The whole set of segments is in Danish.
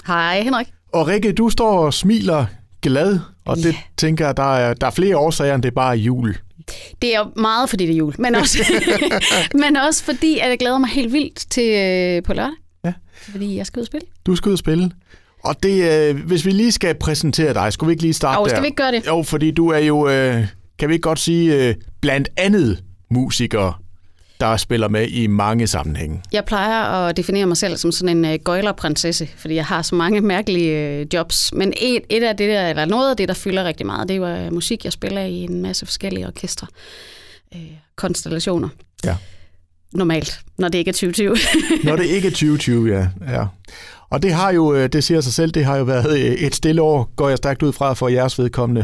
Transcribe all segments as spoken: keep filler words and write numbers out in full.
Hej Henrik. Og Rikke, du står og smiler glad, og det yeah. tænker jeg, der er, der er flere årsager, end det er bare jul. Det er jo meget, fordi det er jul, men også, men også fordi, at jeg glæder mig helt vildt til øh, på lørdag. Ja. Fordi jeg skal ud og spille. Du skal ud og spille. Og det, øh, hvis vi lige skal præsentere dig, skulle vi ikke lige starte jo, der? skal vi ikke gøre det? Jo, fordi du er jo, øh, kan vi ikke godt sige, øh, blandt andet musiker, der spiller med i mange sammenhænge. Jeg plejer at definere mig selv som sådan en uh, gøjlerprinsesse, fordi jeg har så mange mærkelige uh, jobs. Men et, et af det der, eller noget af det, der fylder rigtig meget, det er uh, musik. Jeg spiller i en masse forskellige orkestre, uh, konstellationer. Ja. Normalt, når det ikke er tyve tyve. Når det ikke er tyve tyve, ja. ja. Og det har jo, det siger sig selv, det har jo været et stille år, går jeg stærkt ud fra for jeres vedkommende.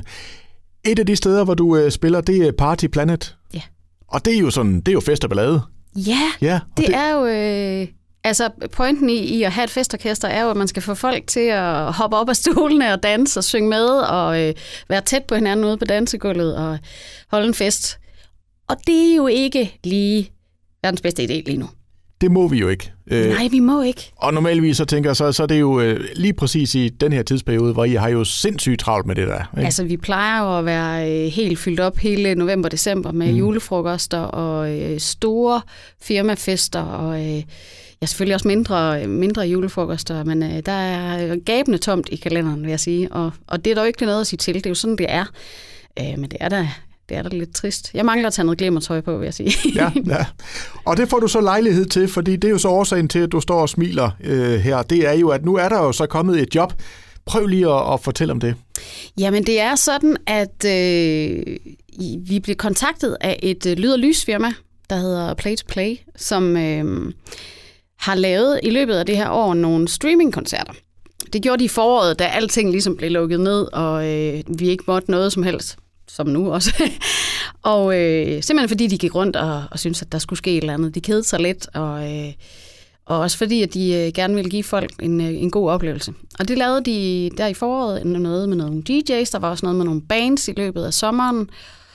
Et af de steder, hvor du uh, spiller, det er Party Planet. Ja. Og det er jo sådan, det er jo fest og ballade. Ja, ja det, det er jo... Øh, altså, pointen i, i at have et festorkester er jo, at man skal få folk til at hoppe op af stolene og danse og synge med og øh, være tæt på hinanden ude på dansegulvet og holde en fest. Og det er jo ikke lige verdens bedste idé lige nu. Det må vi jo ikke. Nej, vi må ikke. Og normalvis så tænker jeg, så, så er det jo øh, lige præcis i den her tidsperiode, hvor I har jo sindssygt travlt med det der. Ikke? Altså, vi plejer jo at være øh, helt fyldt op hele november og december med mm. julefrokoster og øh, store firmafester og øh, ja, selvfølgelig også mindre, mindre julefrokoster, men øh, der er gabende tomt i kalenderen, vil jeg sige. Og, og det er der jo ikke noget at sige til. Det er jo sådan, det er. Øh, men det er da... Det er da lidt trist. Jeg mangler at tage noget glimmertøj på, vil jeg sige. ja, ja. Og det får du så lejlighed til, fordi det er jo så årsagen til, at du står og smiler øh, her. Det er jo, at nu er der jo så kommet et job. Prøv lige at, at fortælle om det. Jamen, det er sådan, at øh, vi blev kontaktet af et øh, lyd- og lysfirma, der hedder Play to Play, som øh, har lavet i løbet af det her år nogle streamingkoncerter. Det gjorde de i foråret, da alting ligesom blev lukket ned, og øh, vi ikke måtte noget som helst. Som nu også. og øh, simpelthen fordi de gik rundt og, og syntes, at der skulle ske et eller andet. De kedede sig lidt, og, øh, og også fordi, at de øh, gerne ville give folk en, øh, en god oplevelse. Og det lavede de der i foråret noget med nogle D J's, der var også noget med nogle bands i løbet af sommeren.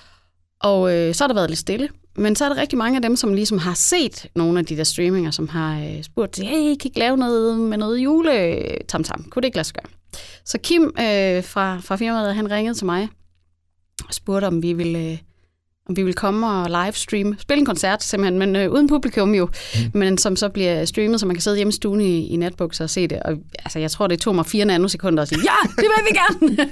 Og øh, så har der været lidt stille. Men så er der rigtig mange af dem, som ligesom har set nogle af de der streaminger, som har øh, spurgt til, hey, kan I ikke lave noget med noget jule-tam-tam? Kunne det ikke lade sig gøre? Så Kim øh, fra, fra firmaet, han ringede til mig og spurgte, om vi ville, om vi ville komme og livestreame, spille en koncert simpelthen, men øh, uden publikum jo, mm. men som så bliver streamet, så man kan sidde hjemme i stuen i, i natbukser og se det. Og altså, jeg tror, det tog mig fire nanosekunder at sige, ja, det vil vi gerne!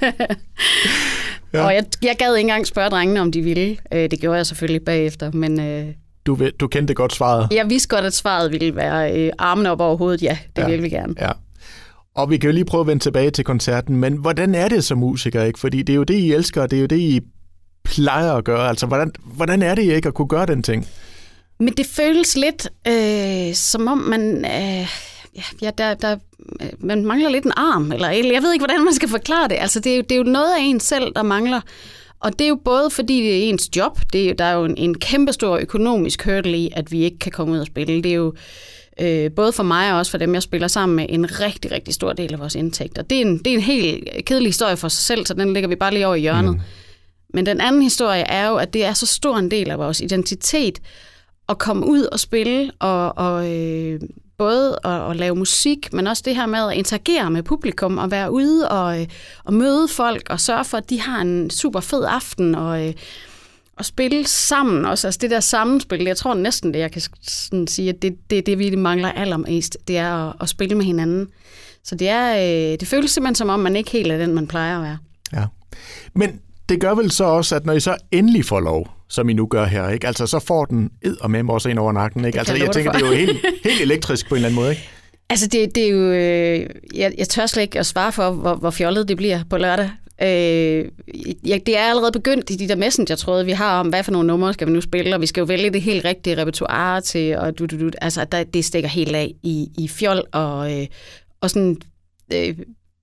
ja. Og jeg, jeg gad ikke engang spørge drengene, om de ville. Øh, det gjorde jeg selvfølgelig bagefter, men... Øh, du, ved, du kendte godt svaret? Jeg vidste godt, at svaret ville være øh, armene op over hovedet, ja, det ja. vil vi gerne. Ja. Og vi kan jo lige prøve at vende tilbage til koncerten, men hvordan er det som musiker, ikke? Fordi det er jo det, I elsker, og det er jo det, I plejer at gøre. Altså, hvordan, hvordan er det ikke at kunne gøre den ting? Men det føles lidt øh, som om, man, øh, ja, der, der, man mangler lidt en arm, eller jeg ved ikke, hvordan man skal forklare det. Altså, det er jo, det er jo noget af en selv, der mangler. Og det er jo både, fordi det er ens job. Det er, der er jo en, en kæmpestor økonomisk hurdle i, at vi ikke kan komme ud og spille. Det er jo Øh, både for mig og også for dem, jeg spiller sammen med, en rigtig, rigtig stor del af vores indtægter. Det er en, det er en helt kedelig historie for sig selv, så den lægger vi bare lige over i hjørnet. Mm. Men den anden historie er jo, at det er så stor en del af vores identitet at komme ud og spille, og, og øh, både at, at lave musik, men også det her med at interagere med publikum, og være ude og, og møde folk, og sørge for, at de har en super fed aften, og... Øh, at spille sammen også, altså det der sammenspil, jeg tror næsten det, jeg kan sådan sige, at det, det, det vi mangler allermest, det er at, at spille med hinanden. Så det er, det føles simpelthen som om, man ikke helt er den, man plejer at være. Ja, men det gør vel så også, at når I så endelig får lov, som I nu gør her, ikke? Altså så får den eddermame også ind over nakken, ikke? Altså jeg tænker, det er jo helt, helt elektrisk på en eller anden måde, ikke? Altså det, det er jo, jeg, jeg tør slet ikke at svare for, hvor, hvor fjollet det bliver på lørdag. Øh, ja, det er allerede begyndt i de der messenger-tråde, vi har om, hvad for nogle numre skal vi nu spille, og vi skal jo vælge det helt rigtige repertoire til, og du, du, du, altså der, det stikker helt af i, i fjol, og, øh, og sådan, øh,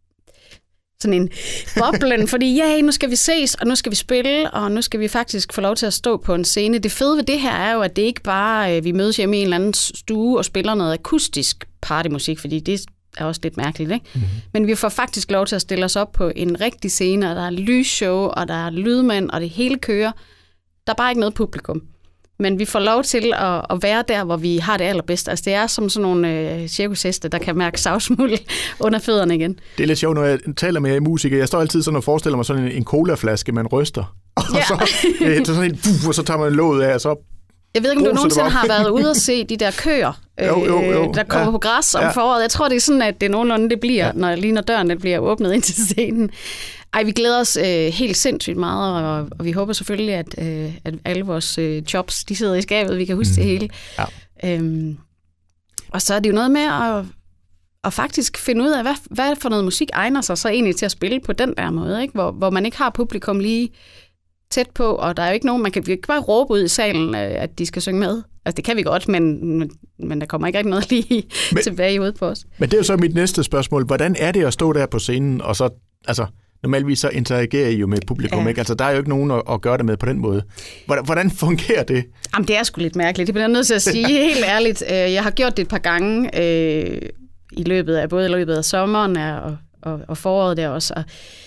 sådan en boblen, fordi ja, nu skal vi ses, og nu skal vi spille, og nu skal vi faktisk få lov til at stå på en scene. Det fede ved det her er jo, at det ikke bare, øh, vi mødes hjemme i en eller anden stue og spiller noget akustisk partymusik, fordi det er også lidt mærkeligt, ikke? Mm-hmm. Men vi får faktisk lov til at stille os op på en rigtig scene, og der er lysshow, og der er lydmænd, og det hele kører. Der er bare ikke noget publikum. Men vi får lov til at, at være der, hvor vi har det allerbedst. Altså det er som sådan nogle øh, cirkusheste, der kan mærke savsmuld under fødderne igen. Det er lidt sjovt, når jeg taler med jer i musikere. Jeg står altid sådan og forestiller mig sådan en, en colaflaske, man ryster. Og ja. så, øh, så sådan en, puff, og så tager man låget af, og så... Jeg ved ikke, om du nogensinde har været ude og se de der køer, jo, jo, jo. Øh, der kommer ja. på græs om ja. foråret. Jeg tror, det er sådan, at det er nogenlunde, det bliver, ja. når, lige når døren den bliver åbnet ind til scenen. Ej, vi glæder os øh, helt sindssygt meget, og, og vi håber selvfølgelig, at, øh, at alle vores øh, jobs, de sidder i skabet, vi kan huske mm. det hele. Ja. Øhm, og så er det jo noget med at, at faktisk finde ud af, hvad, hvad for noget musik egner sig så egentlig til at spille på den der måde, ikke? Hvor, hvor man ikke har publikum lige tæt på, og der er jo ikke nogen, man kan ikke bare råbe ud i salen, at de skal synge med. Altså det kan vi godt, men, men, men der kommer ikke rigtig noget lige men, tilbage i hovedet på os. Men det er jo så mit næste spørgsmål. Hvordan er det at stå der på scenen, og så, altså normalvis så interagerer I jo med publikum, ja. ikke? Altså der er jo ikke nogen at, at gøre det med på den måde. Hvordan, hvordan fungerer det? Jamen det er sgu lidt mærkeligt, det bliver jeg nødt til at sige, helt ærligt. Jeg har gjort det et par gange øh, i løbet af, både i løbet af sommeren og, og, og foråret der også, og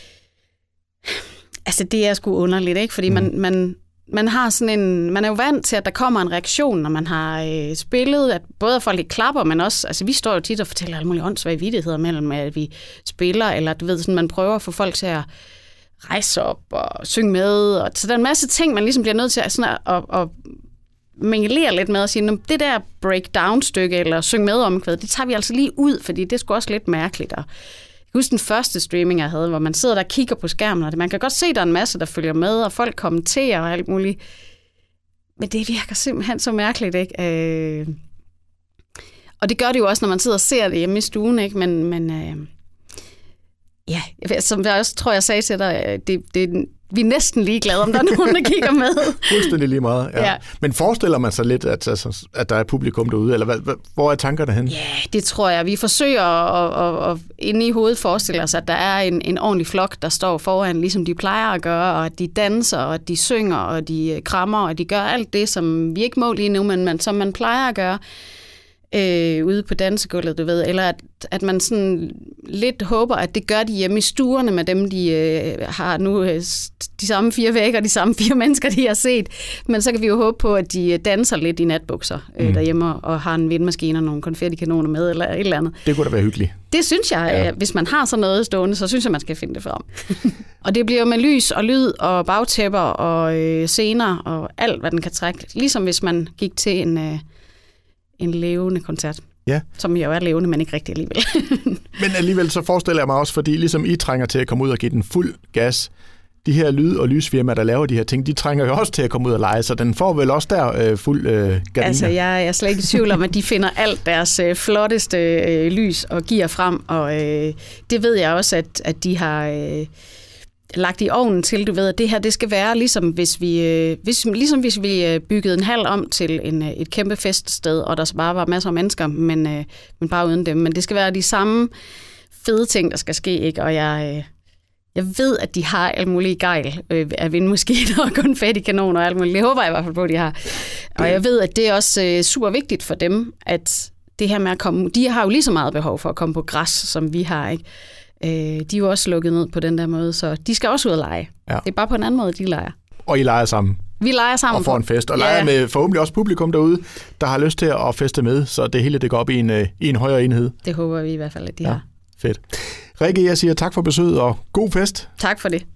altså, det er sgu underligt, ikke? Fordi man, mm. man, man har sådan en... Man er jo vant til, at der kommer en reaktion, når man har øh, spillet, at både at folk ikke klapper, men også... Altså, vi står jo tit og fortæller alle mulige åndssvage vittigheder mellem, at vi spiller, eller du ved, sådan, man prøver at få folk til at rejse op og synge med, og så der er en masse ting, man ligesom bliver nødt til at, sådan at, at, at mingelere lidt med og sige, det der breakdown-stykke, eller synge med omkvædet, det tager vi altså lige ud, fordi det er sgu også lidt mærkeligt, og jeg husker den første streaming, jeg havde, hvor man sidder der og kigger på skærmen, og man kan godt se, at der er en masse, der følger med, og folk kommenterer og alt muligt. Men det virker simpelthen så mærkeligt, ikke? Øh... Og det gør det jo også, når man sidder og ser det hjemme i stuen, ikke? Men, men øh... ja, som jeg også tror, jeg sagde til dig, det, det, vi er næsten ligeglade, om der er nogen, der kigger med. Fuldstændig lige meget, ja. ja. Men forestiller man sig lidt, at, altså, at der er publikum derude, eller hvad, hvor er tankerne hen? Ja, det tror jeg. Vi forsøger at, at, at inde i hovedet forestille os, at der er en, en ordentlig flok, der står foran, ligesom de plejer at gøre, og at de danser, og at de synger, og de krammer, og de gør alt det, som vi ikke må lige nu, men man, som man plejer at gøre. Øh, ude på dansegulvet, du ved, eller at, at man sådan lidt håber, at det gør de hjemme i stuerne med dem, de øh, har nu øh, de samme fire vægge og de samme fire mennesker, de har set. Men så kan vi jo håbe på, at de danser lidt i natbukser øh, mm. derhjemme og har en vindmaskine og nogle konfettikanoner med eller et eller andet. Det kunne da være hyggeligt. Det synes jeg, ja. Hvis man har sådan noget stående, så synes jeg, man skal finde det frem. Og det bliver jo med lys og lyd og bagtæpper og øh, scener og alt, hvad den kan trække. Ligesom hvis man gik til en... Øh, en levende koncert, ja. Som jo er levende, men ikke rigtig alligevel. Men alligevel så forestiller jeg mig også, fordi ligesom I trænger til at komme ud og give den fuld gas, de her lyd- og lysfirmaer, der laver de her ting, de trænger jo også til at komme ud og lege, så den får vel også der øh, fuld øh, gardiner. Altså, jeg er slet ikke i tvivl om, at de finder alt deres øh, flotteste øh, lys og giver frem, og øh, det ved jeg også, at, at de har... Øh, lagt i ovnen til, du ved, at det her, det skal være ligesom hvis vi, øh, hvis, ligesom hvis vi byggede en hal om til en, et kæmpe feststed, og der så bare var masser af mennesker, men, øh, men bare uden dem. Men det skal være de samme fede ting, der skal ske, ikke? Og jeg, øh, jeg ved, at de har alt muligt gejl øh, af vindmaskiner og konfettikanoner og alt muligt. Det håber jeg i hvert fald på, at de har. Og jeg ved, at det er også øh, super vigtigt for dem, at det her med at komme, de har jo lige så meget behov for at komme på græs, som vi har, ikke? De er jo også lukket ned på den der måde, så de skal også ud og lege. Ja. Det er bare på en anden måde, de leger. Og I leger sammen? Vi leger sammen. Og får en fest. Og leger ja. Med forhåbentlig også publikum derude, der har lyst til at feste med, så det hele det går op i en, i en højere enhed. Det håber vi i hvert fald, at de ja. har. Fedt. Rikke, jeg siger tak for besøget, og god fest. Tak for det.